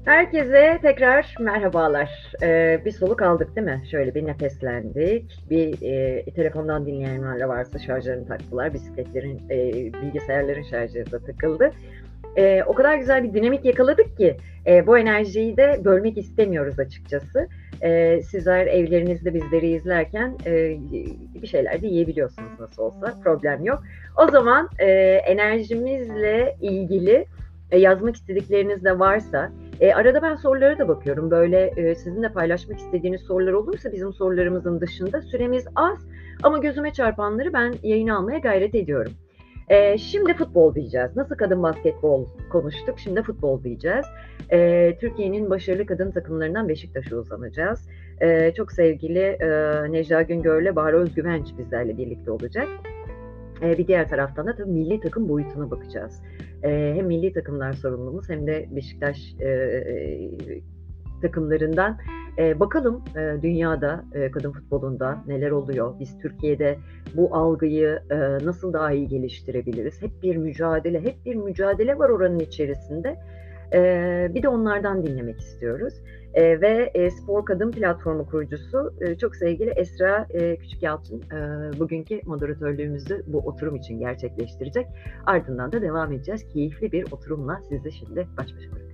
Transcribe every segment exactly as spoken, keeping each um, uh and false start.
Herkese tekrar merhabalar. Ee, bir soluk aldık değil mi? Şöyle bir nefeslendik. Bir e, telefondan dinleyenler varsa şarjlarını taktılar. Bisikletlerin, e, bilgisayarların şarjları da takıldı. E, o kadar güzel bir dinamik yakaladık ki e, bu enerjiyi de bölmek istemiyoruz açıkçası. E, sizler evlerinizde bizleri izlerken e, bir şeyler de yiyebiliyorsunuz nasıl olsa. Problem yok. O zaman e, enerjimizle ilgili e, yazmak istedikleriniz de varsa, E, arada ben sorulara da bakıyorum. Böyle e, sizinle paylaşmak istediğiniz sorular olursa bizim sorularımızın dışında süremiz az ama gözüme çarpanları ben yayına almaya gayret ediyorum. E, şimdi futbol diyeceğiz. Nasıl kadın basketbol konuştuk, şimdi futbol diyeceğiz. E, Türkiye'nin başarılı kadın takımlarından Beşiktaş'a uzanacağız. E, çok sevgili e, Necla Güngör'le Bahar Özgüvenç bizlerle birlikte olacak. Bir diğer taraftan da tabii milli takım boyutuna bakacağız. Hem milli takımlar sorumlumuz hem de Beşiktaş takımlarından bakalım dünyada kadın futbolunda neler oluyor? Biz Türkiye'de bu algıyı nasıl daha iyi geliştirebiliriz? Hep bir mücadele, hep bir mücadele var oranın içerisinde. Bir de onlardan dinlemek istiyoruz. E, ve e, Spor Kadın Platformu kurucusu e, çok sevgili Esra e, Küçükyalçın e, bugünkü moderatörlüğümüzü bu oturum için gerçekleştirecek. Ardından da devam edeceğiz. Keyifli bir oturumla sizi şimdi baş başa bırakıyorum.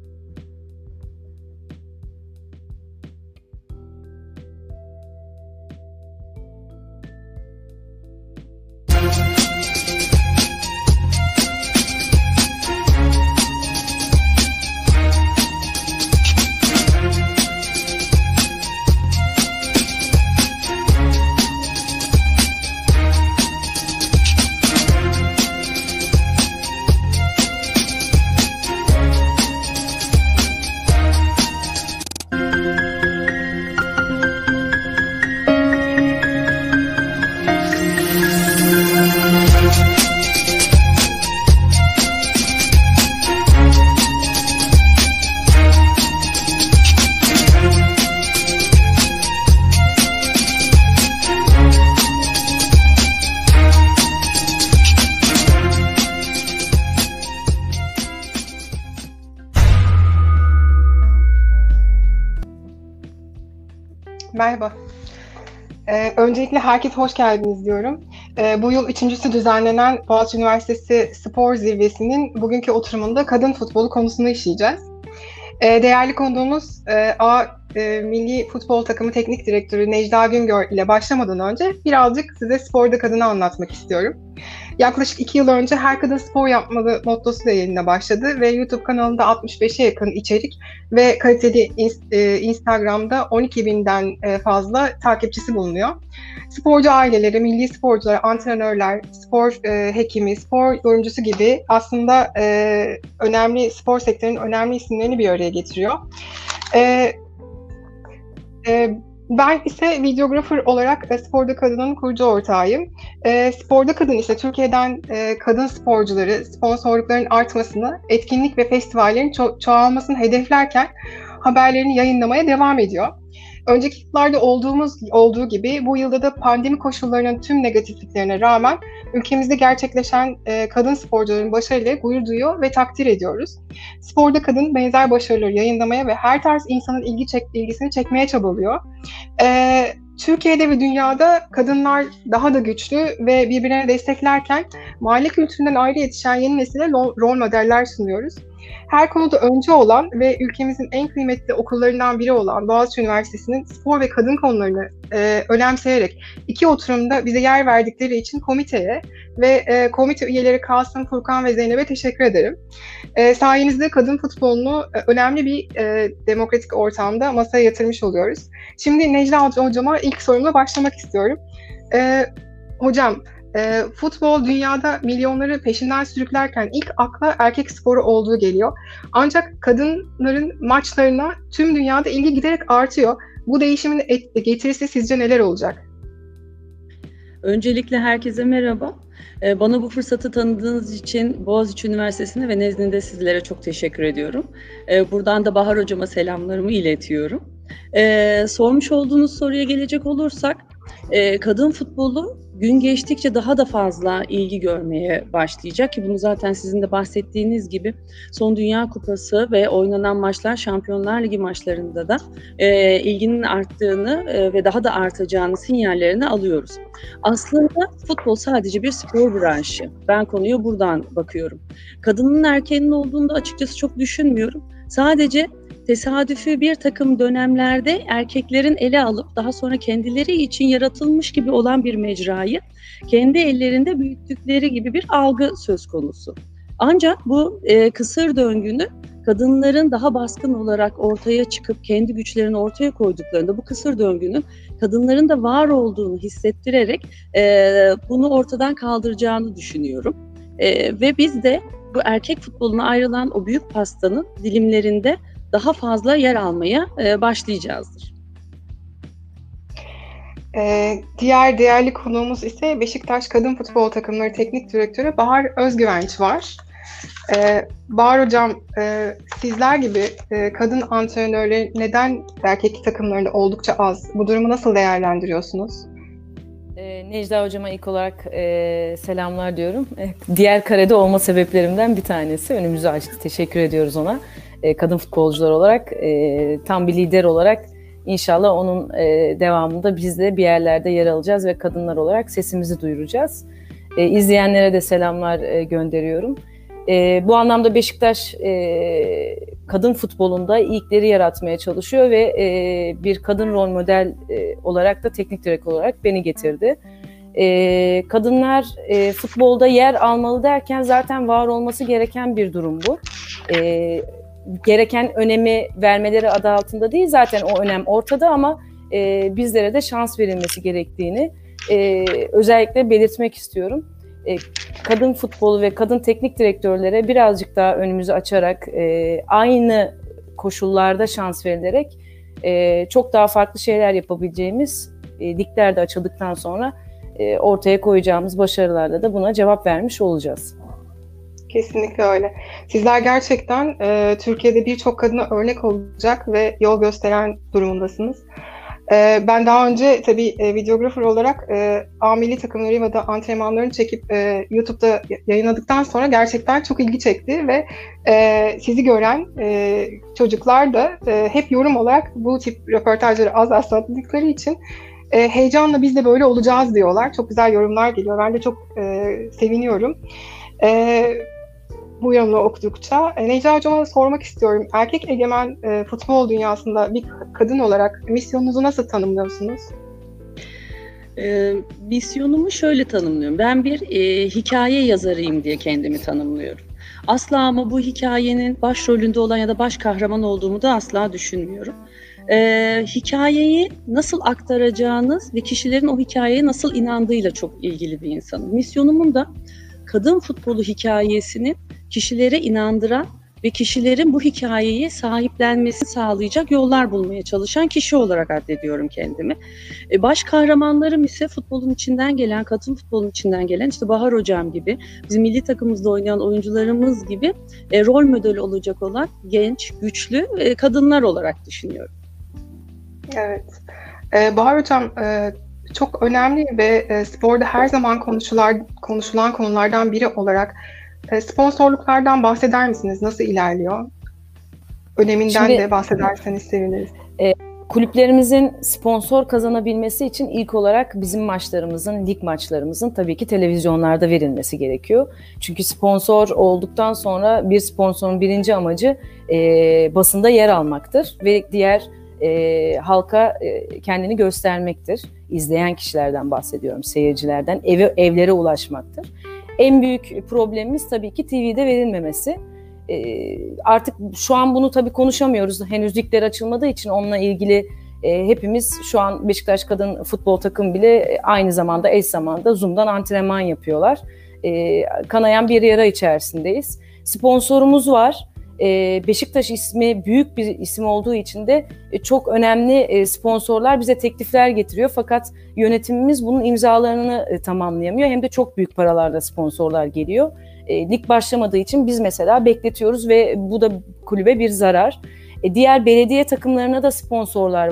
Merhaba. Ee, öncelikle herkese hoş geldiniz diyorum. Ee, bu yıl üçüncüsü düzenlenen Boğaziçi Üniversitesi Spor Zirvesi'nin bugünkü oturumunda kadın futbolu konusunu işleyeceğiz. Ee, değerli konuğumuz e, A e, Milli Futbol Takımı Teknik Direktörü Necla Güngör ile başlamadan önce birazcık size sporda kadını anlatmak istiyorum. Yaklaşık iki yıl önce her kadın spor yapmalı mottosu da yayına başladı ve YouTube kanalında altmış beşe yakın içerik ve kaliteli Instagram'da on iki binden fazla takipçisi bulunuyor. Sporcu aileleri, milli sporcular, antrenörler, spor e, hekimi, spor yorumcusu gibi aslında e, önemli spor sektörünün önemli isimlerini bir araya getiriyor. E, e, Ben ise videografer olarak e, Sporda Kadın'ın kurucu ortağıyım. E, Sporda Kadın ise Türkiye'den e, kadın sporcuları, sponsorlukların artmasını, etkinlik ve festivallerin ço- çoğalmasını hedeflerken haberlerini yayınlamaya devam ediyor. Önceki yıllarda olduğumuz olduğu gibi bu yılda da pandemi koşullarının tüm negatifliklerine rağmen ülkemizde gerçekleşen e, kadın sporcuların başarıyla gurur duyuyor ve takdir ediyoruz. Sporda Kadın benzer başarıları yayınlamaya ve her tarz insanın ilgi çek, ilgisini çekmeye çabalıyor. E, Türkiye'de ve dünyada kadınlar daha da güçlü ve birbirine desteklerken mahalle kültüründen ayrı yetişen yeni nesile rol modeller sunuyoruz. Her konuda önce olan ve ülkemizin en kıymetli okullarından biri olan Boğaziçi Üniversitesi'nin spor ve kadın konularını e, önemseyerek iki oturumda bize yer verdikleri için komiteye ve e, komite üyeleri Kasım, Furkan ve Zeynep'e teşekkür ederim. E, sayenizde kadın futbolunu e, önemli bir e, demokratik ortamda masaya yatırmış oluyoruz. Şimdi Necla Hocam'a ilk sorumla başlamak istiyorum. E, hocam, E, futbol dünyada milyonları peşinden sürüklerken ilk akla erkek sporu olduğu geliyor. Ancak kadınların maçlarına tüm dünyada ilgi giderek artıyor. Bu değişimin et, getirisi sizce neler olacak? Öncelikle herkese merhaba. Ee, bana bu fırsatı tanıdığınız için Boğaziçi Üniversitesi'ne ve nezdinde sizlere çok teşekkür ediyorum. Ee, buradan da Bahar Hocama selamlarımı iletiyorum. Ee, sormuş olduğunuz soruya gelecek olursak, E, kadın futbolu gün geçtikçe daha da fazla ilgi görmeye başlayacak ki bunu zaten sizin de bahsettiğiniz gibi son Dünya Kupası ve oynanan maçlar, Şampiyonlar Ligi maçlarında da e, ilginin arttığını e, ve daha da artacağını sinyallerini alıyoruz. Aslında futbol sadece bir spor branşı. Ben konuya buradan bakıyorum. Kadının erkeğinin olduğunu da açıkçası çok düşünmüyorum. Sadece tesadüfi bir takım dönemlerde erkeklerin ele alıp daha sonra kendileri için yaratılmış gibi olan bir mecrayı kendi ellerinde büyüttükleri gibi bir algı söz konusu. Ancak bu e, kısır döngünü kadınların daha baskın olarak ortaya çıkıp kendi güçlerini ortaya koyduklarında bu kısır döngünün kadınların da var olduğunu hissettirerek e, bunu ortadan kaldıracağını düşünüyorum. E, ve biz de bu erkek futboluna ayrılan o büyük pastanın dilimlerinde daha fazla yer almaya e, başlayacağızdır. Ee, diğer değerli konuğumuz ise Beşiktaş Kadın Futbol Takımları Teknik Direktörü Bahar Özgüvenç var. Ee, Bahar Hocam, e, sizler gibi e, kadın antrenörleri neden erkek takımlarında oldukça az? Bu durumu nasıl değerlendiriyorsunuz? Ee, Necla Hocama ilk olarak e, selamlar diyorum. E, diğer karede olma sebeplerimden bir tanesi. Önümüzü açtı. Teşekkür ediyoruz ona. E, kadın futbolcular olarak, e, tam bir lider olarak inşallah onun e, devamında biz de bir yerlerde yer alacağız ve kadınlar olarak sesimizi duyuracağız. E, izleyenlere de selamlar e, gönderiyorum. E, bu anlamda Beşiktaş e, kadın futbolunda ilkleri yaratmaya çalışıyor ve e, bir kadın rol model e, olarak da teknik direktör olarak beni getirdi. E, kadınlar e, futbolda yer almalı derken zaten var olması gereken bir durum bu. E, gereken önemi vermeleri adı altında değil, zaten o önem ortada ama e, bizlere de şans verilmesi gerektiğini e, özellikle belirtmek istiyorum. E, kadın futbolu ve kadın teknik direktörlere birazcık daha önümüzü açarak e, aynı koşullarda şans verilerek e, çok daha farklı şeyler yapabileceğimiz e, ligler de açıldıktan sonra e, ortaya koyacağımız başarılarla da buna cevap vermiş olacağız. Kesinlikle öyle. Sizler gerçekten e, Türkiye'de birçok kadına örnek olacak ve yol gösteren durumundasınız. E, ben daha önce tabii e, videografer olarak e, A milli takımları ya da antrenmanlarını çekip e, YouTube'da yayınladıktan sonra gerçekten çok ilgi çekti ve e, sizi gören e, çocuklar da e, hep yorum olarak bu tip röportajları az az sattıkları için e, heyecanla biz de böyle olacağız diyorlar. Çok güzel yorumlar geliyor. Ben de çok e, seviniyorum. E, bu yorumları okudukça. E, Necla Hocam'a sormak istiyorum. Erkek egemen e, futbol dünyasında bir kadın olarak misyonunuzu nasıl tanımlıyorsunuz? E, misyonumu şöyle tanımlıyorum. Ben bir e, hikaye yazarıyım diye kendimi tanımlıyorum. Asla ama bu hikayenin başrolünde olan ya da baş kahraman olduğumu da asla düşünmüyorum. E, hikayeyi nasıl aktaracağınız ve kişilerin o hikayeye nasıl inandığıyla çok ilgili bir insanım. Misyonumun da kadın futbolu hikayesini kişilere inandıran ve kişilerin bu hikayeyi sahiplenmesini sağlayacak yollar bulmaya çalışan kişi olarak addediyorum kendimi. Baş kahramanlarım ise futbolun içinden gelen, kadın futbolun içinden gelen işte Bahar Hocam gibi, bizim milli takımımızda oynayan oyuncularımız gibi e, rol model olacak olan genç, güçlü e, kadınlar olarak düşünüyorum. Evet. Ee, Bahar Hocam, e, çok önemli ve e, sporda her zaman konuşular, konuşulan konulardan biri olarak e, sponsorluklardan bahseder misiniz? Nasıl ilerliyor? Öneminden Şimdi, de bahsederseniz seviniriz. E, kulüplerimizin sponsor kazanabilmesi için ilk olarak bizim maçlarımızın, lig maçlarımızın tabii ki televizyonlarda verilmesi gerekiyor. Çünkü sponsor olduktan sonra bir sponsorun birinci amacı e, basında yer almaktır ve diğer E, halka e, kendini göstermektir. İzleyen kişilerden bahsediyorum, seyircilerden, eve, evlere ulaşmaktır. En büyük problemimiz tabii ki T V'de verilmemesi. E, artık şu an bunu tabii konuşamıyoruz. Henüz ligler açılmadığı için onunla ilgili e, hepimiz şu an Beşiktaş Kadın Futbol Takımı bile aynı zamanda eş zamanda Zoom'dan antrenman yapıyorlar. E, kanayan bir yara içerisindeyiz. Sponsorumuz var. Beşiktaş ismi büyük bir isim olduğu için de çok önemli sponsorlar bize teklifler getiriyor. Fakat yönetimimiz bunun imzalarını tamamlayamıyor. Hem de çok büyük paralarla sponsorlar geliyor. Lig başlamadığı için biz mesela bekletiyoruz ve bu da kulübe bir zarar. Diğer belediye takımlarına da sponsorlar var.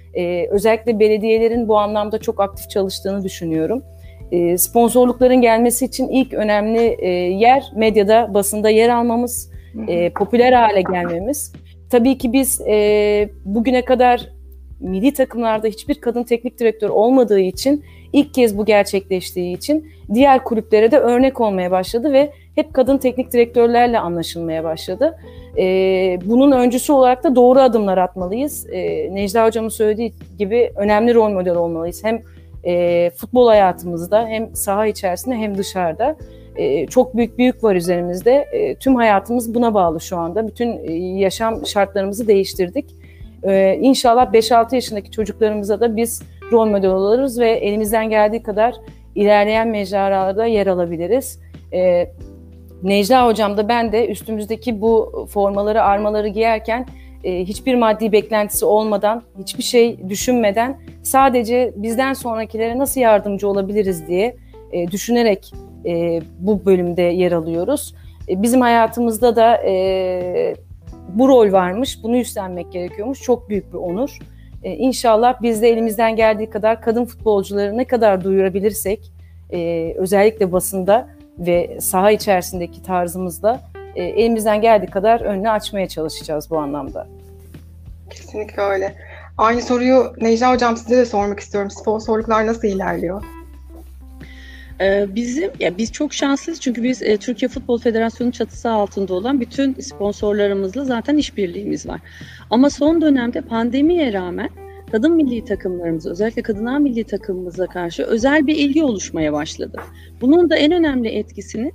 E, özellikle belediyelerin bu anlamda çok aktif çalıştığını düşünüyorum. E, sponsorlukların gelmesi için ilk önemli e, yer medyada, basında yer almamız, e, popüler hale gelmemiz. Tabii ki biz e, bugüne kadar milli takımlarda hiçbir kadın teknik direktör olmadığı için, ilk kez bu gerçekleştiği için diğer kulüplere de örnek olmaya başladı ve hep kadın teknik direktörlerle anlaşılmaya başladı. Ee, bunun öncüsü olarak da doğru adımlar atmalıyız. Ee, Necla Hocam'ın söylediği gibi önemli rol model olmalıyız. Hem e, futbol hayatımızda, hem saha içerisinde, hem dışarıda. Ee, çok büyük bir yük var üzerimizde. Ee, tüm hayatımız buna bağlı şu anda. Bütün e, yaşam şartlarımızı değiştirdik. Ee, İnşallah beş altı yaşındaki çocuklarımıza da biz rol model oluruz ve elimizden geldiği kadar ilerleyen mecralarda yer alabiliriz. Ee, Necla Hocam da ben de üstümüzdeki bu formaları, armaları giyerken e, hiçbir maddi beklentisi olmadan, hiçbir şey düşünmeden sadece bizden sonrakilere nasıl yardımcı olabiliriz diye e, düşünerek e, bu bölümde yer alıyoruz. E, bizim hayatımızda da e, bu rol varmış, bunu üstlenmek gerekiyormuş. Çok büyük bir onur. Ee, İnşallah biz de elimizden geldiği kadar kadın futbolcuları ne kadar duyurabilirsek, e, özellikle basında ve saha içerisindeki tarzımızda e, elimizden geldiği kadar önünü açmaya çalışacağız bu anlamda. Kesinlikle öyle. Aynı soruyu Necla Hocam size de sormak istiyorum. Sponsorluklar nasıl ilerliyor? Bizim, ya biz çok şanslıyız çünkü biz e, Türkiye Futbol Federasyonu çatısı altında olan bütün sponsorlarımızla zaten işbirliğimiz var. Ama son dönemde pandemiye rağmen kadın milli takımlarımıza, özellikle kadınlar milli takımımıza karşı özel bir ilgi oluşmaya başladı. Bunun da en önemli etkisini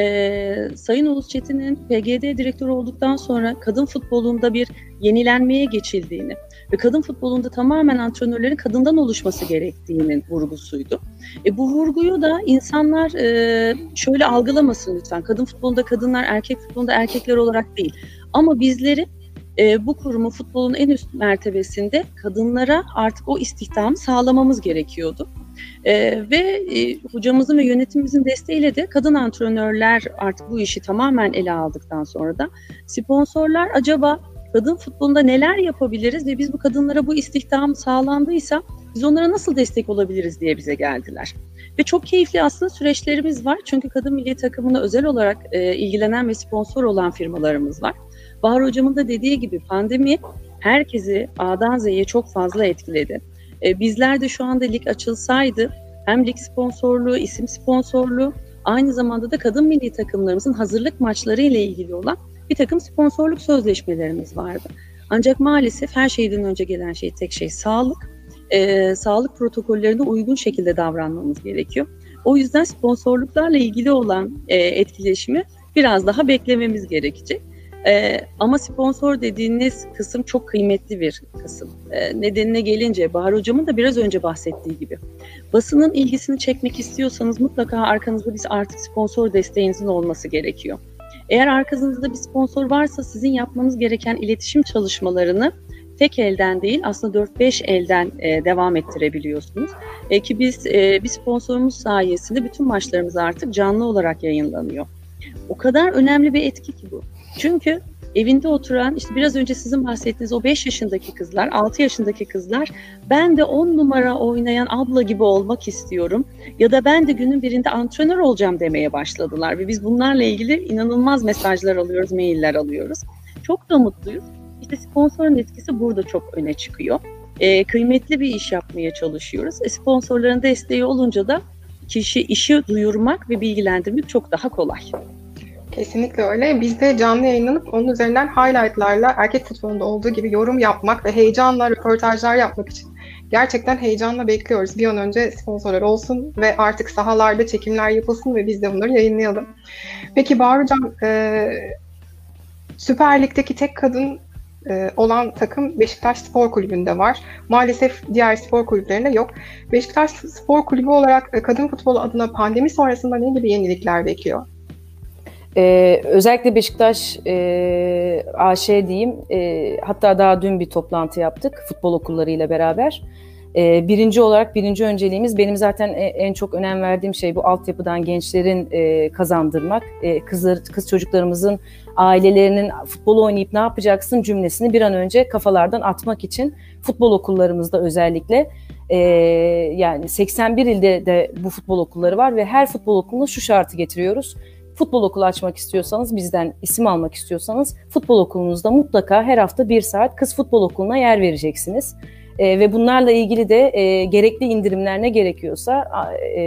e, Sayın Oğuz Çetin'in P G D direktörü olduktan sonra kadın futbolunda bir yenilenmeye geçildiğini ve kadın futbolunda tamamen antrenörlerin kadından oluşması gerektiğinin vurgusuydu. E, bu vurguyu da insanlar e, şöyle algılamasın lütfen. Kadın futbolunda kadınlar, erkek futbolunda erkekler olarak değil. Ama bizleri e, bu kurumu futbolun en üst mertebesinde kadınlara artık o istihdamı sağlamamız gerekiyordu. E, ve e, hocamızın ve yönetimimizin desteğiyle de kadın antrenörler artık bu işi tamamen ele aldıktan sonra da sponsorlar acaba kadın futbolunda neler yapabiliriz ve biz bu kadınlara bu istihdam sağlandıysa biz onlara nasıl destek olabiliriz diye bize geldiler. Ve çok keyifli aslında süreçlerimiz var. Çünkü kadın milli takımına özel olarak e, ilgilenen ve sponsor olan firmalarımız var. Bahar Hocam'ın da dediği gibi pandemi herkesi A'dan Z'ye çok fazla etkiledi. E, bizler de şu anda lig açılsaydı hem lig sponsorluğu, isim sponsorluğu, aynı zamanda da kadın milli takımlarımızın hazırlık maçları ile ilgili olan bir takım sponsorluk sözleşmelerimiz vardı. Ancak maalesef her şeyden önce gelen şey tek şey sağlık. Ee, sağlık protokollerine uygun şekilde davranmamız gerekiyor. O yüzden sponsorluklarla ilgili olan e, etkileşimi biraz daha beklememiz gerekecek. E, ama sponsor dediğiniz kısım çok kıymetli bir kısım. E, nedenine gelince Bahar Hocam'ın da biraz önce bahsettiği gibi basının ilgisini çekmek istiyorsanız mutlaka arkanızda bir artık sponsor desteğinizin olması gerekiyor. Eğer arkanızda bir sponsor varsa sizin yapmanız gereken iletişim çalışmalarını tek elden değil aslında dört beş elden e, devam ettirebiliyorsunuz. E, ki biz e, bir sponsorumuz sayesinde bütün maçlarımız artık canlı olarak yayınlanıyor. O kadar önemli bir etki ki bu. Çünkü evinde oturan, işte biraz önce sizin bahsettiğiniz o beş yaşındaki kızlar, altı yaşındaki kızlar, ben de on numara oynayan abla gibi olmak istiyorum ya da ben de günün birinde antrenör olacağım demeye başladılar ve biz bunlarla ilgili inanılmaz mesajlar alıyoruz, mailler alıyoruz. Çok da mutluyuz. İşte sponsorun etkisi burada çok öne çıkıyor. E, kıymetli bir iş yapmaya çalışıyoruz. E, sponsorların desteği olunca da kişi işi duyurmak ve bilgilendirmek çok daha kolay. Kesinlikle öyle. Biz de canlı yayınlanıp onun üzerinden highlightlarla erkek futbolunda olduğu gibi yorum yapmak ve heyecanla röportajlar yapmak için gerçekten heyecanla bekliyoruz. Bir an önce sponsorlar olsun ve artık sahalarda çekimler yapılsın ve biz de bunları yayınlayalım. Peki Bahar Hocam, e, Süper Lig'deki tek kadın e, olan takım Beşiktaş Spor Kulübü'nde var. Maalesef diğer spor kulüplerinde yok. Beşiktaş Spor Kulübü olarak e, kadın futbolu adına pandemi sonrasında ne gibi yenilikler bekliyor? Ee, özellikle Beşiktaş e, A Ş diyeyim, e, hatta daha dün bir toplantı yaptık futbol okullarıyla beraber. E, birinci olarak birinci önceliğimiz, benim zaten en çok önem verdiğim şey bu altyapıdan gençlerin e, kazandırmak. E, kızlar, kız çocuklarımızın ailelerinin futbol oynayıp ne yapacaksın cümlesini bir an önce kafalardan atmak için futbol okullarımızda özellikle e, yani seksen bir ilde de bu futbol okulları var ve her futbol okuluna şu şartı getiriyoruz. Futbol okulu açmak istiyorsanız, bizden isim almak istiyorsanız futbol okulunuzda mutlaka her hafta bir saat kız futbol okuluna yer vereceksiniz. E, ve bunlarla ilgili de e, gerekli indirimler ne gerekiyorsa e,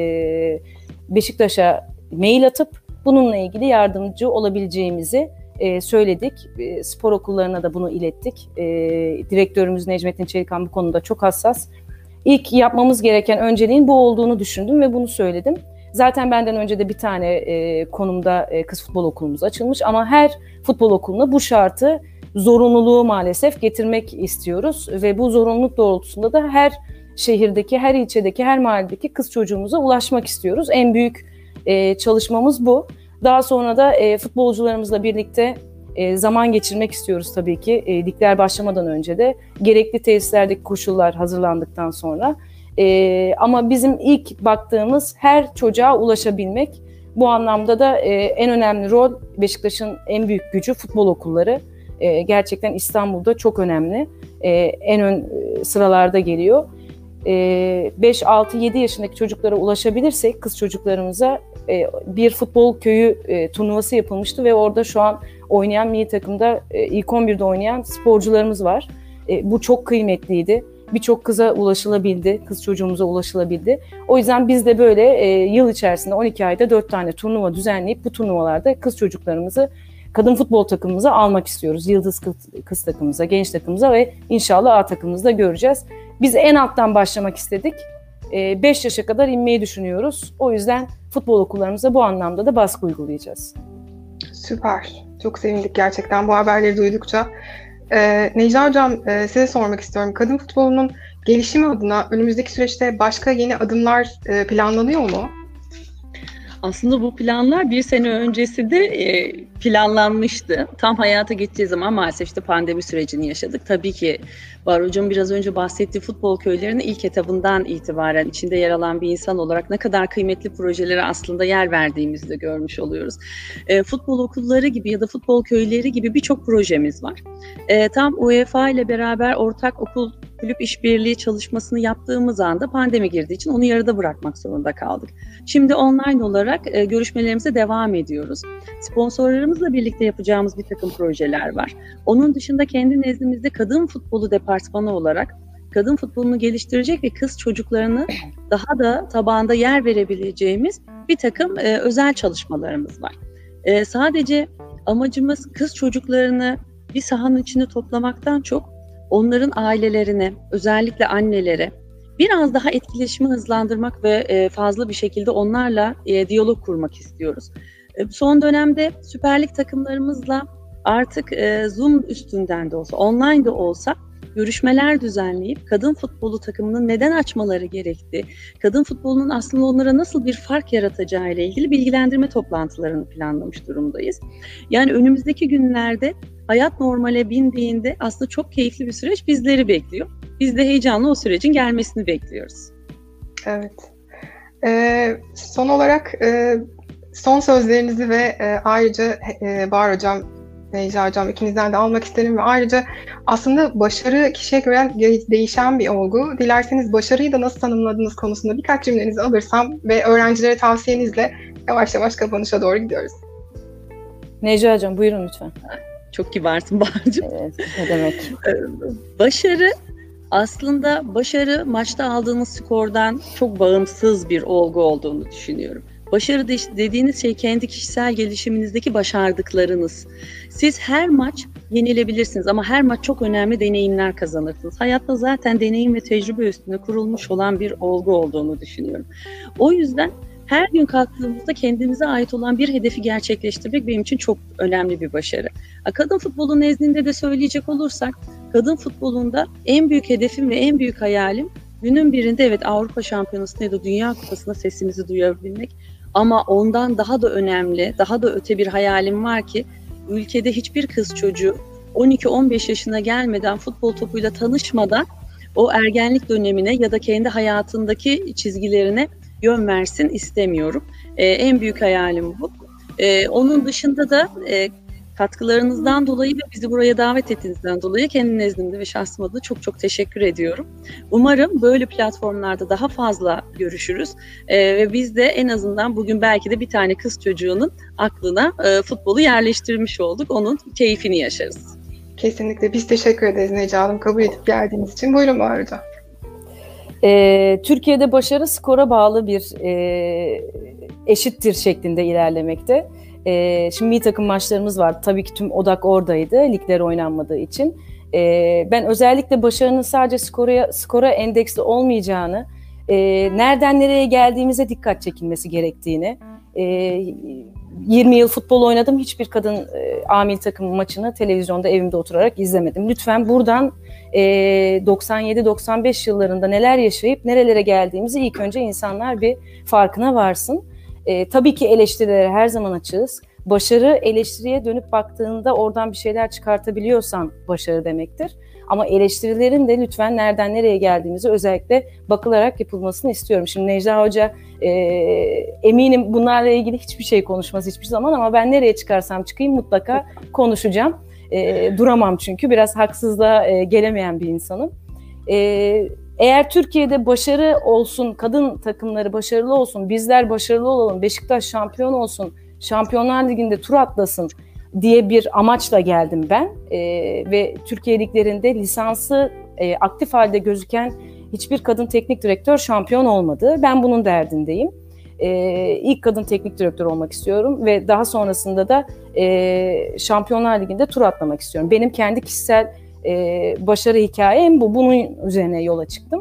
Beşiktaş'a mail atıp bununla ilgili yardımcı olabileceğimizi e, söyledik. E, spor okullarına da bunu ilettik. E, direktörümüz Necmettin Çelikan bu konuda çok hassas. İlk yapmamız gereken önceliğin bu olduğunu düşündüm ve bunu söyledim. Zaten benden önce de bir tane e, konumda e, kız futbol okulumuz açılmış ama her futbol okuluna bu şartı, zorunluluğu maalesef getirmek istiyoruz ve bu zorunluluk doğrultusunda da her şehirdeki, her ilçedeki, her mahalledeki kız çocuğumuza ulaşmak istiyoruz. En büyük e, çalışmamız bu. Daha sonra da e, futbolcularımızla birlikte e, zaman geçirmek istiyoruz tabii ki. E, ligler başlamadan önce de gerekli tesislerdeki koşullar hazırlandıktan sonra. E, ama bizim ilk baktığımız her çocuğa ulaşabilmek. Bu anlamda da e, en önemli rol, Beşiktaş'ın en büyük gücü futbol okulları. E, gerçekten İstanbul'da çok önemli. E, en ön e, sıralarda geliyor. E, beş, altı, yedi yaşındaki çocuklara ulaşabilirsek, kız çocuklarımıza e, bir futbol köyü e, turnuvası yapılmıştı ve orada şu an oynayan milli takımda e, ilk on birde oynayan sporcularımız var. E, bu çok kıymetliydi. Birçok kıza ulaşılabildi, kız çocuğumuza ulaşılabildi. O yüzden biz de böyle e, yıl içerisinde on iki ayda dört tane turnuva düzenleyip bu turnuvalarda kız çocuklarımızı kadın futbol takımımıza almak istiyoruz. Yıldız kız, kız takımımıza, genç takımımıza ve inşallah A takımımızda göreceğiz. Biz en alttan başlamak istedik. beş yaşa kadar inmeyi düşünüyoruz. O yüzden futbol okullarımıza bu anlamda da baskı uygulayacağız. Süper. Çok sevindik gerçekten bu haberleri duydukça. Ee, Necla Hocam, e, size sormak istiyorum. Kadın futbolunun gelişimi adına önümüzdeki süreçte başka yeni adımlar e, planlanıyor mu? Aslında bu planlar bir sene öncesinde e, planlanmıştı. Tam hayata geçeceği zaman maalesef işte pandemi sürecini yaşadık. Tabii ki Bahar Hocam biraz önce bahsettiği futbol köylerinin ilk etabından itibaren içinde yer alan bir insan olarak ne kadar kıymetli projelere aslında yer verdiğimizi de görmüş oluyoruz. E, futbol okulları gibi ya da futbol köyleri gibi birçok projemiz var. E, tam UEFA ile beraber ortak okul kulüp işbirliği çalışmasını yaptığımız anda pandemi girdiği için onu yarıda bırakmak zorunda kaldık. Şimdi online olarak e, görüşmelerimize devam ediyoruz. Sponsorlarımızla birlikte yapacağımız bir takım projeler var. Onun dışında kendi nezdimizde kadın futbolu departmanı olarak kadın futbolunu geliştirecek ve kız çocuklarını daha da tabanda yer verebileceğimiz bir takım e, özel çalışmalarımız var. E, sadece amacımız kız çocuklarını bir sahanın içinde toplamaktan çok onların ailelerine, özellikle annelere biraz daha etkileşimi hızlandırmak ve fazla bir şekilde onlarla diyalog kurmak istiyoruz. Son dönemde Süper Lig takımlarımızla artık Zoom üstünden de olsa, online de olsa görüşmeler düzenleyip kadın futbolu takımının neden açmaları gerektiği, kadın futbolunun aslında onlara nasıl bir fark yaratacağı ile ilgili bilgilendirme toplantılarını planlamış durumdayız. Yani önümüzdeki günlerde hayat normale bindiğinde aslında çok keyifli bir süreç bizleri bekliyor. Biz de heyecanla o sürecin gelmesini bekliyoruz. Evet. Ee, son olarak e, son sözlerinizi ve e, ayrıca e, Bahar Hocam, Necla Hocam ikinizden de almak isterim ve ayrıca aslında başarı kişiye göre değişen bir olgu. Dilerseniz başarıyı da nasıl tanımladığınız konusunda birkaç cümlenizi alırsam ve öğrencilere tavsiyenizle yavaş yavaş kapanışa doğru gidiyoruz. Necla Hocam buyurun lütfen. Çok kibarsın Bahar'cığım. Evet, ne demek? Başarı aslında başarı maçta aldığınız skordan çok bağımsız bir olgu olduğunu düşünüyorum. Başarı dediğiniz şey kendi kişisel gelişiminizdeki başardıklarınız. Siz her maç yenilebilirsiniz ama her maç çok önemli deneyimler kazanırsınız. Hayatta zaten deneyim ve tecrübe üstüne kurulmuş olan bir olgu olduğunu düşünüyorum. O yüzden her gün kalktığımızda kendimize ait olan bir hedefi gerçekleştirmek benim için çok önemli bir başarı. Kadın futbolu nezdinde de söyleyecek olursak, kadın futbolunda en büyük hedefim ve en büyük hayalim günün birinde evet Avrupa Şampiyonası'nda ya da Dünya Kupası'nda sesimizi duyabilmek. Ama ondan daha da önemli, daha da öte bir hayalim var ki ülkede hiçbir kız çocuğu on iki on beş yaşına gelmeden futbol topuyla tanışmadan o ergenlik dönemine ya da kendi hayatındaki çizgilerine yön versin istemiyorum. E, en büyük hayalim bu. E, onun dışında da e, katkılarınızdan dolayı ve bizi buraya davet ettiğinizden dolayı kendi nezdimde ve şahsım adına çok çok teşekkür ediyorum. Umarım böyle platformlarda daha fazla görüşürüz ee, ve biz de en azından bugün belki de bir tane kız çocuğunun aklına e, futbolu yerleştirmiş olduk. Onun keyfini yaşarız. Kesinlikle. Biz teşekkür ederiz Necla Hanım kabul edip geldiğiniz için. Buyurun Bahar Hocam. Ee, Türkiye'de başarı skora bağlı bir e, eşittir şeklinde ilerlemekte. Ee, şimdi milli takım maçlarımız vardı. Tabii ki tüm odak oradaydı. Ligler oynanmadığı için. Ee, ben özellikle başarının sadece skora, skora endeksli olmayacağını, e, nereden nereye geldiğimize dikkat çekilmesi gerektiğini, e, yirmi yıl futbol oynadım. Hiçbir kadın e, A milli takım maçını televizyonda evimde oturarak izlemedim. Lütfen buradan e, doksan yedi doksan beş yıllarında neler yaşayıp nerelere geldiğimizi ilk önce insanlar bir farkına varsın. E, tabii ki eleştirilere her zaman açığız. Başarı, eleştiriye dönüp baktığında oradan bir şeyler çıkartabiliyorsan başarı demektir. Ama eleştirilerin de lütfen nereden nereye geldiğimizi özellikle bakılarak yapılmasını istiyorum. Şimdi Necla Hoca e, eminim bunlarla ilgili hiçbir şey konuşmaz hiçbir zaman ama ben nereye çıkarsam çıkayım mutlaka konuşacağım. E, duramam çünkü biraz haksızlığa e, gelemeyen bir insanım. E, Eğer Türkiye'de başarı olsun, kadın takımları başarılı olsun, bizler başarılı olalım, Beşiktaş şampiyon olsun, Şampiyonlar Ligi'nde tur atlasın diye bir amaçla geldim ben. Ee, ve Türkiye liglerinde lisansı e, aktif halde gözüken hiçbir kadın teknik direktör şampiyon olmadı. Ben bunun derdindeyim. Ee, ilk kadın teknik direktör olmak istiyorum ve daha sonrasında da e, Şampiyonlar Ligi'nde tur atlamak istiyorum. Benim kendi kişisel Ee, başarı hikayem bu. Bunun üzerine yola çıktım.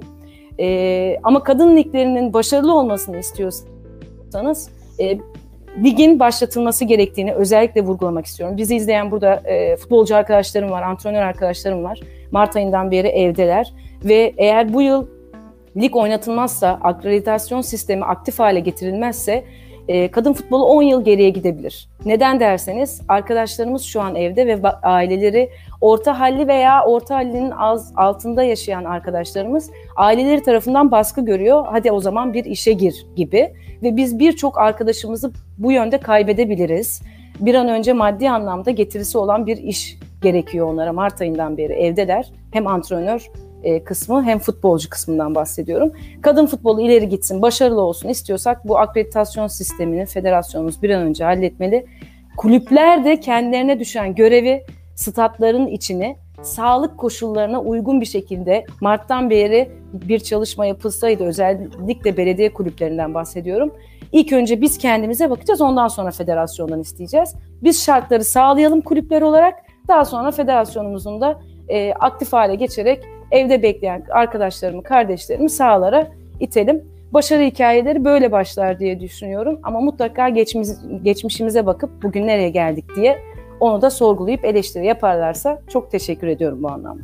Ee, ama kadın liglerinin başarılı olmasını istiyorsanız e, ligin başlatılması gerektiğini özellikle vurgulamak istiyorum. Bizi izleyen burada e, futbolcu arkadaşlarım var, antrenör arkadaşlarım var. Mart ayından beri evdeler ve eğer bu yıl lig oynatılmazsa, akreditasyon sistemi aktif hale getirilmezse kadın futbolu on yıl geriye gidebilir. Neden derseniz arkadaşlarımız şu an evde ve aileleri orta halli veya orta hallinin az altında yaşayan arkadaşlarımız aileleri tarafından baskı görüyor. Hadi o zaman bir işe gir gibi ve biz birçok arkadaşımızı bu yönde kaybedebiliriz. Bir an önce maddi anlamda getirisi olan bir iş gerekiyor onlara. Mart ayından beri evdeler. Hem antrenör kısmı hem futbolcu kısmından bahsediyorum. Kadın futbolu ileri gitsin, başarılı olsun istiyorsak bu akreditasyon sistemini federasyonumuz bir an önce halletmeli. Kulüpler de kendilerine düşen görevi statların içini sağlık koşullarına uygun bir şekilde Mart'tan beri bir çalışma yapılsaydı özellikle belediye kulüplerinden bahsediyorum. İlk önce biz kendimize bakacağız ondan sonra federasyondan isteyeceğiz. Biz şartları sağlayalım kulüpler olarak daha sonra federasyonumuzun da e, aktif hale geçerek evde bekleyen arkadaşlarımı, kardeşlerimi sahalara itelim. Başarı hikayeleri böyle başlar diye düşünüyorum. Ama mutlaka geçmiş, geçmişimize bakıp bugün nereye geldik diye onu da sorgulayıp eleştiri yaparlarsa çok teşekkür ediyorum bu anlamda.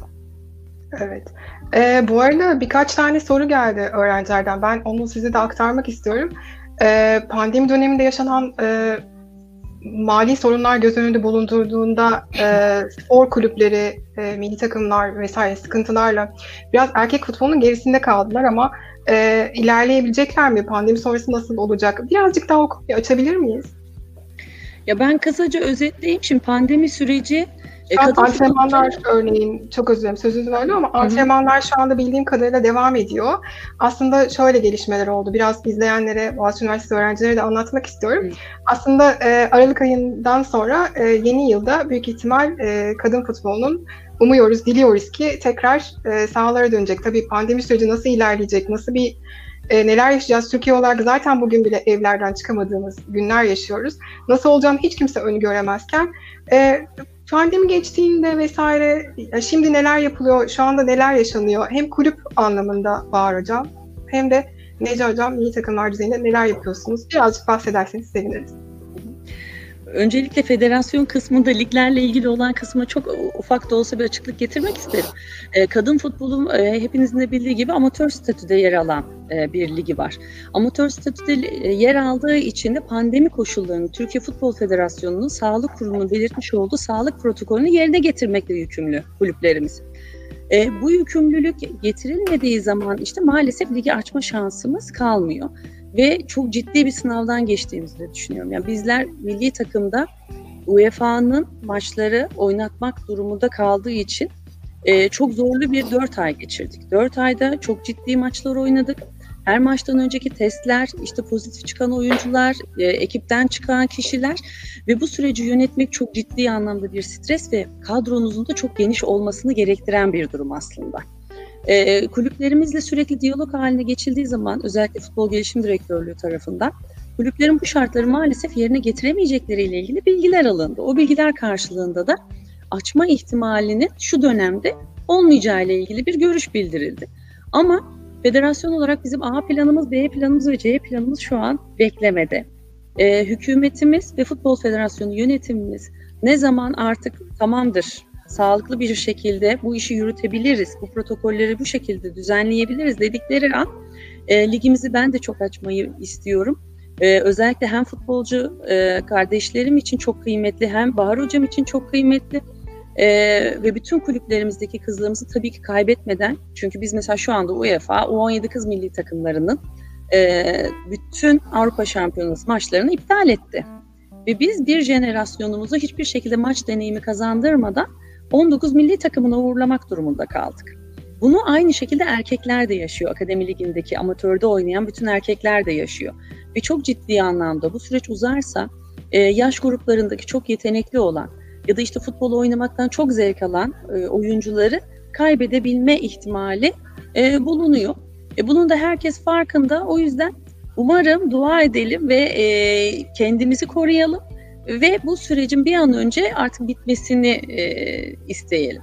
Evet. Ee, bu arada birkaç tane soru geldi öğrencilerden. Ben onu size de aktarmak istiyorum. Ee, pandemi döneminde yaşanan e, mali sorunlar göz önünde bulundurduğunda e, spor kulüpleri, e, milli takımlar vesaire sıkıntılarla biraz erkek futbolunun gerisinde kaldılar ama e, ilerleyebilecekler mi? Pandemi sonrası nasıl olacak? Birazcık daha o konuyu açabilir miyiz? Ya ben kısaca özetleyeyim. Şimdi pandemi süreci Şu an antrenmanlar futbolcu... örneğin, çok özür dilerim sözünüzü verdim ama antrenmanlar şu anda bildiğim kadarıyla devam ediyor. Aslında şöyle gelişmeler oldu. Biraz izleyenlere, Boğaziçi Üniversitesi öğrencilere de anlatmak istiyorum. Hı. Aslında e, Aralık ayından sonra e, yeni yılda büyük ihtimal e, kadın futbolunun umuyoruz, diliyoruz ki tekrar e, sahalara dönecek. Tabii pandemi süreci nasıl ilerleyecek, nasıl bir e, neler yaşayacağız? Türkiye olarak zaten bugün bile evlerden çıkamadığımız günler yaşıyoruz. Nasıl olacağını hiç kimse öngöremezken e, pandemi geçtiğinde vesaire şimdi neler yapılıyor, şu anda neler yaşanıyor hem kulüp anlamında Bahar Hocam hem de Necla Hocam milli takımlar düzeyinde neler yapıyorsunuz? Birazcık bahsederseniz seviniriz. Öncelikle federasyon kısmında liglerle ilgili olan kısma çok ufak da olsa bir açıklık getirmek isterim. Kadın futbolu hepinizin de bildiği gibi amatör statüde yer alan bir ligi var. Amatör statüde yer aldığı için de pandemi koşullarını Türkiye Futbol Federasyonu'nun Sağlık Kurulu'nun belirtmiş olduğu sağlık protokolünü yerine getirmekle yükümlü kulüplerimiz. E, bu yükümlülük getirilmediği zaman işte maalesef ligi açma şansımız kalmıyor. Ve çok ciddi bir sınavdan geçtiğimizi düşünüyorum. Yani bizler milli takımda U E F A'nın maçları oynatmak durumunda kaldığı için e, çok zorlu bir dört ay geçirdik. Dört ayda çok ciddi maçlar oynadık. Her maçtan önceki testler, işte pozitif çıkan oyuncular, e, ekipten çıkan kişiler ve bu süreci yönetmek çok ciddi anlamda bir stres ve kadronuzun da çok geniş olmasını gerektiren bir durum aslında. E, kulüplerimizle sürekli diyalog haline geçildiği zaman, özellikle Futbol Gelişim Direktörlüğü tarafından kulüplerin bu şartları maalesef yerine getiremeyecekleriyle ilgili bilgiler alındı. O bilgiler karşılığında da açma ihtimalinin şu dönemde olmayacağı ile ilgili bir görüş bildirildi. Ama federasyon olarak bizim A planımız, B planımız ve C planımız şu an beklemede. Ee, hükümetimiz ve Futbol Federasyonu yönetimimiz ne zaman artık tamamdır, sağlıklı bir şekilde bu işi yürütebiliriz, bu protokolleri bu şekilde düzenleyebiliriz dedikleri an e, ligimizi ben de çok açmayı istiyorum. Ee, özellikle hem futbolcu e, kardeşlerim için çok kıymetli, hem Bahar Hocam için çok kıymetli. Ee, ve bütün kulüplerimizdeki kızlarımızı tabii ki kaybetmeden, çünkü biz mesela şu anda U E F A U on yedi kız milli takımlarının e, bütün Avrupa Şampiyonası maçlarını iptal etti. Ve biz bir jenerasyonumuzu hiçbir şekilde maç deneyimi kazandırmadan on dokuz milli takımına uğurlamak durumunda kaldık. Bunu aynı şekilde erkekler de yaşıyor. Akademi Ligi'ndeki amatörde oynayan bütün erkekler de yaşıyor. Ve çok ciddi anlamda bu süreç uzarsa e, yaş gruplarındaki çok yetenekli olan ya da işte futbol oynamaktan çok zevk alan e, oyuncuları kaybedebilme ihtimali e, bulunuyor. E, bunun da herkes farkında. O yüzden umarım dua edelim ve e, kendimizi koruyalım ve bu sürecin bir an önce artık bitmesini e, isteyelim.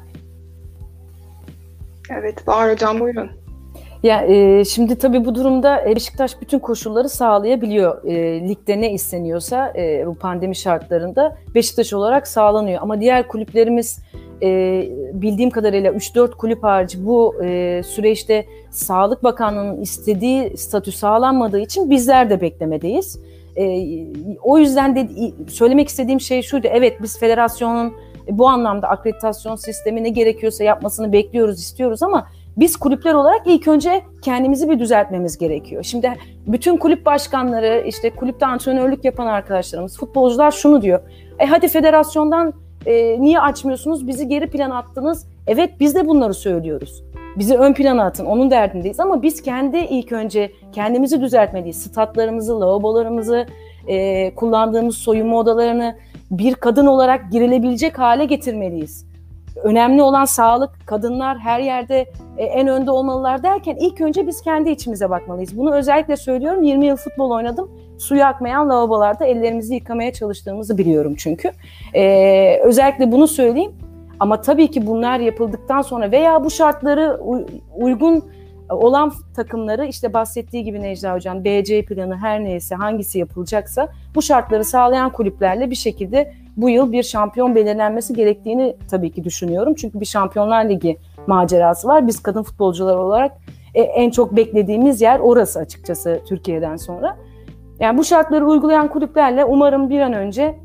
Evet, Bahar Hocam buyurun. Ya e, şimdi tabii bu durumda Beşiktaş bütün koşulları sağlayabiliyor. E, ligde ne isteniyorsa e, bu pandemi şartlarında Beşiktaş olarak sağlanıyor. Ama diğer kulüplerimiz e, bildiğim kadarıyla üç dört kulüp harici bu e, süreçte Sağlık Bakanlığı'nın istediği statü sağlanmadığı için bizler de beklemedeyiz. E, o yüzden de söylemek istediğim şey şuydu. Evet, biz federasyonun bu anlamda akreditasyon sistemi ne gerekiyorsa yapmasını bekliyoruz, istiyoruz ama biz kulüpler olarak ilk önce kendimizi bir düzeltmemiz gerekiyor. Şimdi bütün kulüp başkanları, işte kulüpte antrenörlük yapan arkadaşlarımız, futbolcular şunu diyor. E hadi federasyondan e, niye açmıyorsunuz? Bizi geri plana attınız. Evet, biz de bunları söylüyoruz. Bizi ön plana atın, onun derdindeyiz. Ama biz kendi ilk önce kendimizi düzeltmeliyiz. Statlarımızı, lavabolarımızı, e, kullandığımız soyunma odalarını bir kadın olarak girilebilecek hale getirmeliyiz. Önemli olan sağlık, kadınlar her yerde e, en önde olmalılar derken ilk önce biz kendi içimize bakmalıyız. Bunu özellikle söylüyorum. yirmi yıl futbol oynadım. Suyu akmayan lavabolarda ellerimizi yıkamaya çalıştığımızı biliyorum çünkü. E, özellikle bunu söyleyeyim. Ama tabii ki bunlar yapıldıktan sonra veya bu şartları uygun olan takımları, işte bahsettiği gibi Necla Hocam, B C planı her neyse, hangisi yapılacaksa bu şartları sağlayan kulüplerle bir şekilde bu yıl bir şampiyon belirlenmesi gerektiğini tabii ki düşünüyorum. Çünkü bir Şampiyonlar Ligi macerası var. Biz kadın futbolcular olarak en çok beklediğimiz yer orası açıkçası Türkiye'den sonra. Yani bu şartları uygulayan kulüplerle umarım bir an önce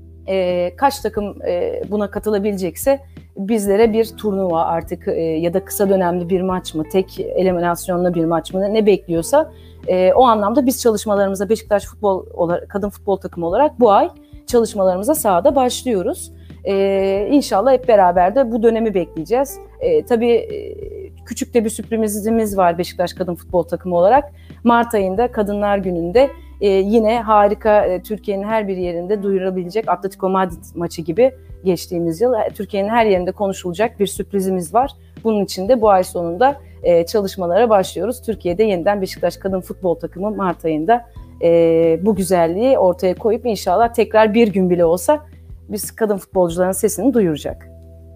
e, kaç takım e, buna katılabilecekse bizlere bir turnuva artık e, ya da kısa dönemli bir maç mı, tek eliminasyonlu bir maç mı ne bekliyorsa e, o anlamda biz çalışmalarımıza Beşiktaş futbol olarak, kadın futbol takımı olarak bu ay çalışmalarımıza sahada başlıyoruz. Ee, İnşallah hep beraber de bu dönemi bekleyeceğiz. Ee, tabii e, küçük de bir sürprizimiz var Beşiktaş kadın futbol takımı olarak. Mart ayında Kadınlar Günü'nde e, yine harika e, Türkiye'nin her bir yerinde duyurabilecek Atletico Madrid maçı gibi geçtiğimiz yıl Türkiye'nin her yerinde konuşulacak bir sürprizimiz var. Bunun için de bu ay sonunda e, çalışmalara başlıyoruz. Türkiye'de yeniden Beşiktaş kadın futbol takımı Mart ayında e, bu güzelliği ortaya koyup inşallah tekrar bir gün bile olsa biz kadın futbolcuların sesini duyuracak.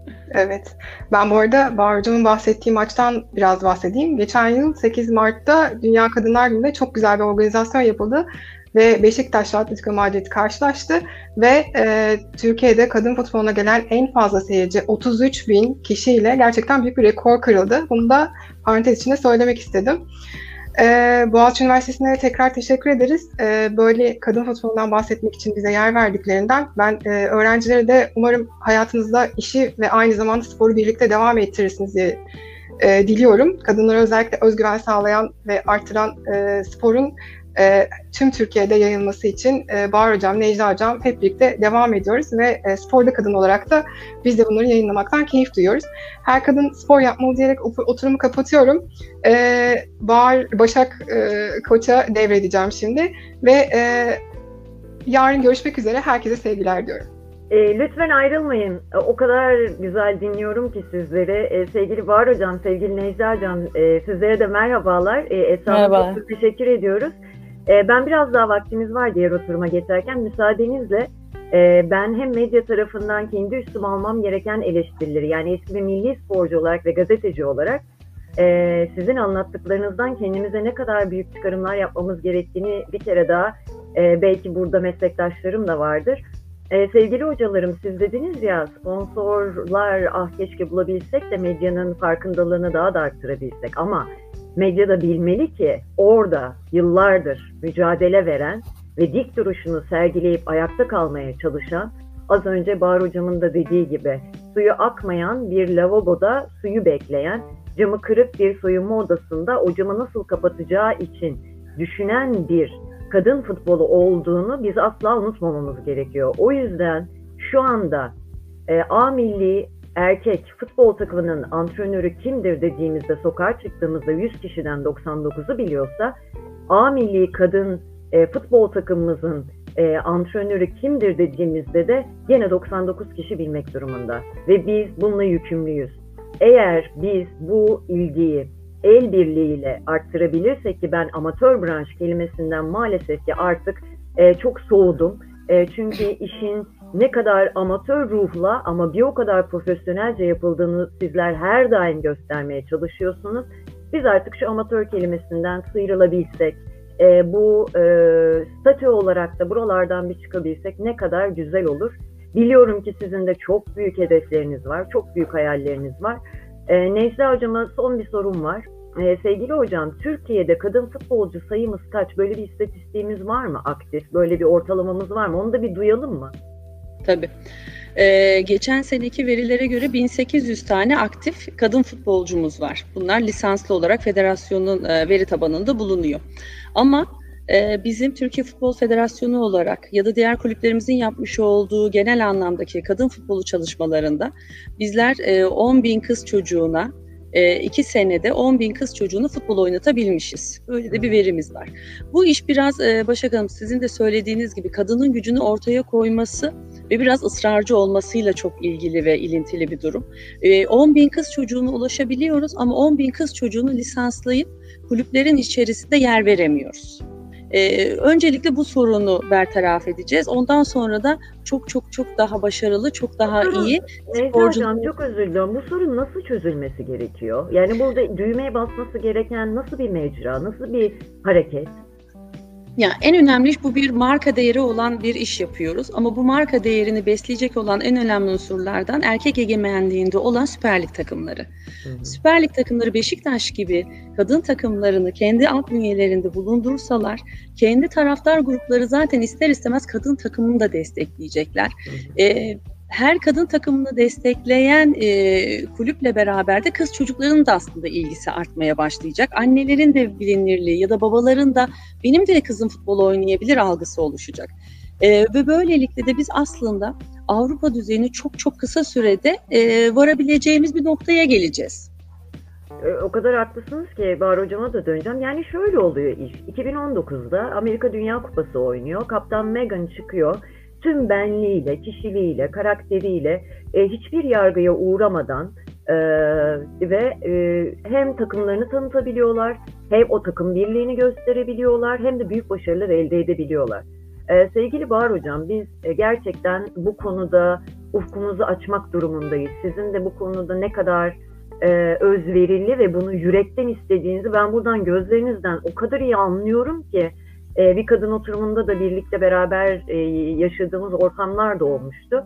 Evet. Ben bu arada Bahar Hocam'ın bahsettiği maçtan biraz bahsedeyim. Geçen yıl sekiz Mart'ta Dünya Kadınlar Günü'nde çok güzel bir organizasyon yapıldı ve Beşiktaş'la Atletico Madrid karşılaştı ve e, Türkiye'de kadın futboluna gelen en fazla seyirci otuz üç bin kişiyle gerçekten büyük bir rekor kırıldı. Bunu da parantez içinde söylemek istedim. Ee, Boğaziçi Üniversitesi'ne tekrar teşekkür ederiz. Ee, böyle kadın futbolundan bahsetmek için bize yer verdiklerinden. Ben e, öğrencilere de umarım hayatınızda işi ve aynı zamanda sporu birlikte devam ettirirsiniz diye e, diliyorum. Kadınlara özellikle özgüven sağlayan ve artıran e, sporun e, tüm Türkiye'de yayılması için e, Bahar Hocam, Necla Hocam hep birlikte devam ediyoruz ve e, sporda kadın olarak da biz de bunları yayınlamaktan keyif duyuyoruz. Her kadın spor yapmalı diyerek oturumu kapatıyorum. E, Bahar, Başak e, Koç'a devredeceğim şimdi ve e, yarın görüşmek üzere. Herkese sevgiler diyorum. E, lütfen ayrılmayın. E, o kadar güzel dinliyorum ki sizleri. E, sevgili Bahar Hocam, sevgili Necla Hocam, e, sizlere de merhabalar. E, Esra'ya çok teşekkür ediyoruz. E, ben biraz daha vaktimiz var diğer oturuma geçerken müsaadenizle e, ben hem medya tarafından kendi üstüme almam gereken eleştirileri, yani eski bir milli sporcu olarak ve gazeteci olarak e, sizin anlattıklarınızdan kendimize ne kadar büyük çıkarımlar yapmamız gerektiğini bir kere daha e, belki burada meslektaşlarım da vardır. Ee, sevgili hocalarım, siz dediniz ya, sponsorlar ah keşke bulabilsek de medyanın farkındalığını daha da arttırabilsek, ama medya da bilmeli ki orada yıllardır mücadele veren ve dik duruşunu sergileyip ayakta kalmaya çalışan, az önce Bahar Hocam'ın da dediği gibi suyu akmayan bir lavaboda suyu bekleyen, camı kırık bir soyunma odasında o camı nasıl kapatacağı için düşünen bir kadın futbolu olduğunu biz asla unutmamamız gerekiyor. O yüzden şu anda e, A milli erkek futbol takımının antrenörü kimdir dediğimizde, sokağa çıktığımızda yüz kişiden doksan dokuzu biliyorsa, A milli kadın e, futbol takımımızın e, antrenörü kimdir dediğimizde de yine doksan dokuz kişi bilmek durumunda. Ve biz bununla yükümlüyüz. Eğer biz bu ilgiyi el birliğiyle arttırabilirsek, ki ben amatör branş kelimesinden maalesef ki artık e, çok soğudum. E, çünkü işin ne kadar amatör ruhla ama bir o kadar profesyonelce yapıldığını sizler her daim göstermeye çalışıyorsunuz. Biz artık şu amatör kelimesinden sıyrılabilsek, e, bu e, statü olarak da buralardan bir çıkabilsek ne kadar güzel olur. Biliyorum ki sizin de çok büyük hedefleriniz var, çok büyük hayalleriniz var. Ee, Necla Hocam'a son bir sorum var. Ee, sevgili hocam, Türkiye'de kadın futbolcu sayımız kaç? Böyle bir istatistiğimiz var mı aktif? Böyle bir ortalamamız var mı? Onu da bir duyalım mı? Tabii. Ee, geçen seneki verilere göre bin sekiz yüz tane aktif kadın futbolcumuz var. Bunlar lisanslı olarak federasyonun e, veri tabanında bulunuyor. Ama e, bizim Türkiye Futbol Federasyonu olarak ya da diğer kulüplerimizin yapmış olduğu genel anlamdaki kadın futbolu çalışmalarında bizler e, on bin kız çocuğuna e, iki senede on bin kız çocuğunu futbol oynatabilmişiz. Böyle de bir verimiz var. Bu iş biraz e, Başak Hanım, sizin de söylediğiniz gibi kadının gücünü ortaya koyması ve biraz ısrarcı olmasıyla çok ilgili ve ilintili bir durum. E, on bin kız çocuğuna ulaşabiliyoruz ama on bin kız çocuğunu lisanslayıp kulüplerin içerisinde yer veremiyoruz. Ee, öncelikle bu sorunu bertaraf edeceğiz. Ondan sonra da çok çok çok daha başarılı, çok daha sorun, iyi sporcu... Hocam çok özür diliyorum. Bu sorun nasıl çözülmesi gerekiyor? Yani burada düğmeye basması gereken nasıl bir mecra, nasıl bir hareket? Ya en önemli iş, bu bir marka değeri olan bir iş yapıyoruz. Ama bu marka değerini besleyecek olan en önemli unsurlardan erkek egemenliğinde olan Süper Lig takımları. Hı hı. Süper Lig takımları Beşiktaş gibi kadın takımlarını kendi alt bünyelerinde bulundursalar, kendi taraftar grupları zaten ister istemez kadın takımını da destekleyecekler. Hı hı. Ee, her kadın takımını destekleyen e, kulüple beraber de kız çocuklarının da aslında ilgisi artmaya başlayacak. Annelerin de bilinirliği ya da babaların da benim de kızım futbol oynayabilir algısı oluşacak. E, ve böylelikle de biz aslında Avrupa düzeyine çok çok kısa sürede e, varabileceğimiz bir noktaya geleceğiz. O kadar haklısınız ki Bahar Hocam'a da döneceğim. Yani şöyle oluyor iş. iki bin on dokuzda Amerika Dünya Kupası oynuyor. Kaptan Meghan çıkıyor. Tüm benliğiyle, kişiliğiyle, karakteriyle e, hiçbir yargıya uğramadan e, ve e, hem takımlarını tanıtabiliyorlar, hem o takım birliğini gösterebiliyorlar, hem de büyük başarılar elde edebiliyorlar. E, sevgili Bahar Hocam, biz e, gerçekten bu konuda ufkumuzu açmak durumundayız. Sizin de bu konuda ne kadar e, özverili ve bunu yürekten istediğinizi ben buradan gözlerinizden o kadar iyi anlıyorum ki. Bir kadın oturumunda da birlikte beraber yaşadığımız ortamlar da olmuştu.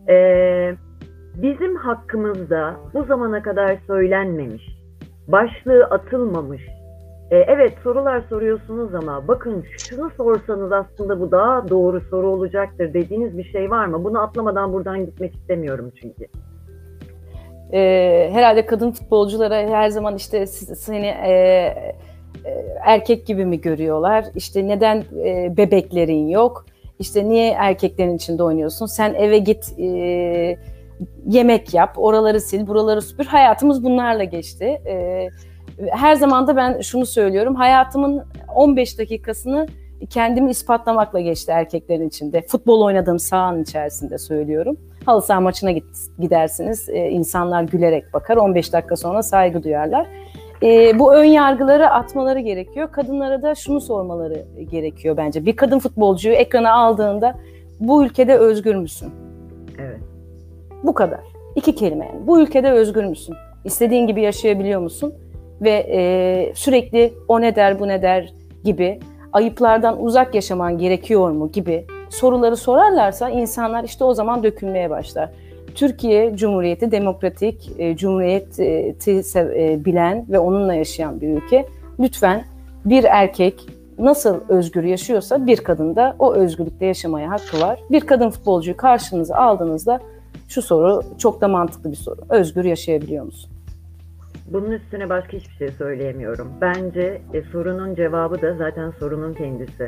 Bizim hakkımızda bu zamana kadar söylenmemiş, başlığı atılmamış E, evet sorular soruyorsunuz ama bakın şunu sorsanız aslında bu daha doğru soru olacaktır dediğiniz bir şey var mı? Bunu atlamadan buradan gitmek istemiyorum çünkü. E, herhalde kadın futbolculara her zaman işte seni e, e, erkek gibi mi görüyorlar? İşte neden e, bebeklerin yok? İşte niye erkeklerin içinde oynuyorsun? Sen eve git, e, yemek yap, oraları sil, buraları süpür. Hayatımız bunlarla geçti. E, her zaman da ben şunu söylüyorum. Hayatımın on beş dakikasını kendimi ispatlamakla geçti erkeklerin içinde. Futbol oynadığım sahanın içerisinde söylüyorum. Halı saha maçına gidersiniz. E, insanlar gülerek bakar. on beş dakika sonra saygı duyarlar. E, bu ön yargıları atmaları gerekiyor. Kadınlara da şunu sormaları gerekiyor bence. Bir kadın futbolcuyu ekrana aldığında bu ülkede özgür müsün? Evet. Bu kadar. İki kelime yani. Bu ülkede özgür müsün? İstediğin gibi yaşayabiliyor musun? Ve e, sürekli o ne der bu ne der gibi ayıplardan uzak yaşaman gerekiyor mu gibi soruları sorarlarsa insanlar işte o zaman dökülmeye başlar. Türkiye Cumhuriyeti demokratik, e, cumhuriyeti e, bilen ve onunla yaşayan bir ülke. Lütfen bir erkek nasıl özgür yaşıyorsa bir kadın da o özgürlükte yaşamaya hakkı var. Bir kadın futbolcuyu karşınıza aldığınızda şu soru çok da mantıklı bir soru. Özgür yaşayabiliyor musun? Bunun üstüne başka hiçbir şey söyleyemiyorum. Bence e, sorunun cevabı da zaten sorunun kendisi.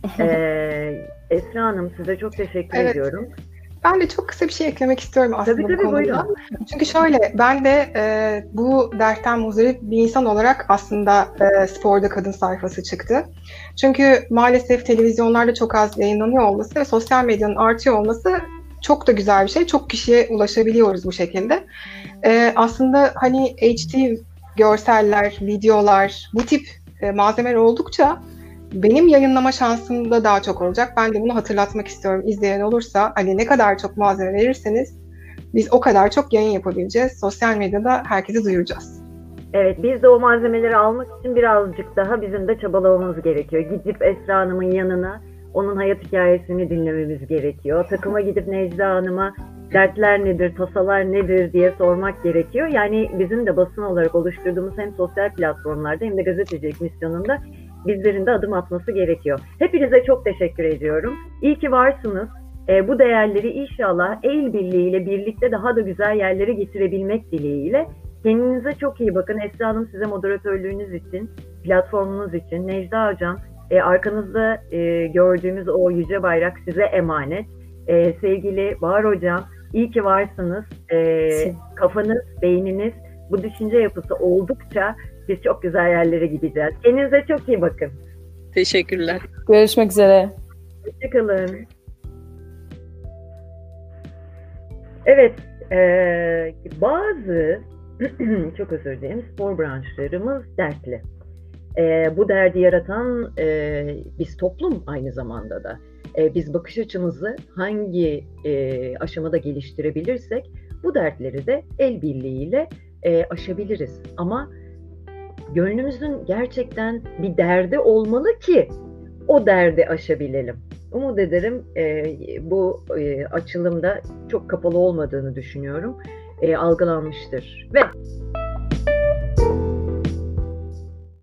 ee, Esra Hanım size çok teşekkür Evet. ediyorum. Ben de çok kısa bir şey eklemek istiyorum aslında Tabii, tabii, bu konuda. buyurun. Çünkü şöyle, ben de e, bu dertten muzdarip bir insan olarak aslında e, sporda kadın sayfası çıktı. Çünkü maalesef televizyonlarda çok az yayınlanıyor olması ve sosyal medyanın artıyor olması çok da güzel bir şey. Çok kişiye ulaşabiliyoruz bu şekilde. E, aslında hani H D görseller, videolar, bu tip e, malzemeler oldukça benim yayınlama şansım da daha çok olacak. Ben de bunu hatırlatmak istiyorum. İzleyen olursa hani ne kadar çok malzeme verirseniz biz o kadar çok yayın yapabileceğiz. Sosyal medyada herkese duyuracağız. Evet, biz de o malzemeleri almak için birazcık daha bizim de çabalamamız gerekiyor. Gidip Esra Hanım'ın yanına onun hayat hikayesini dinlememiz gerekiyor. Takıma gidip Necla Hanım'a dertler nedir, tasalar nedir diye sormak gerekiyor. Yani bizim de basın olarak oluşturduğumuz hem sosyal platformlarda hem de gazetecilik misyonunda bizlerin de adım atması gerekiyor. Hepinize çok teşekkür ediyorum. İyi ki varsınız. E, bu değerleri inşallah el birliğiyle birlikte daha da güzel yerlere getirebilmek dileğiyle. Kendinize çok iyi bakın. Esra Hanım size moderatörlüğünüz için, platformunuz için, Necla Hocam e, arkanızda e, gördüğümüz o yüce bayrak size emanet. E, sevgili Bahar Hocam iyi ki varsınız. E, kafanız, beyniniz, bu düşünce yapısı oldukça biz çok güzel yerlere gideceğiz. Kendinize çok iyi bakın. Teşekkürler. Görüşmek üzere. Hoşçakalın. Evet, e, bazı çok özür dilerim spor branşlarımız dertli. E, bu derdi yaratan e, biz toplum aynı zamanda da. E, biz bakış açımızı hangi e, aşamada geliştirebilirsek bu dertleri de el birliğiyle e, aşabiliriz. Ama gönlümüzün gerçekten bir derdi olmalı ki o derdi aşabilelim. Umut ederim e, bu e, açılımda çok kapalı olmadığını düşünüyorum. E, algılanmıştır. Ve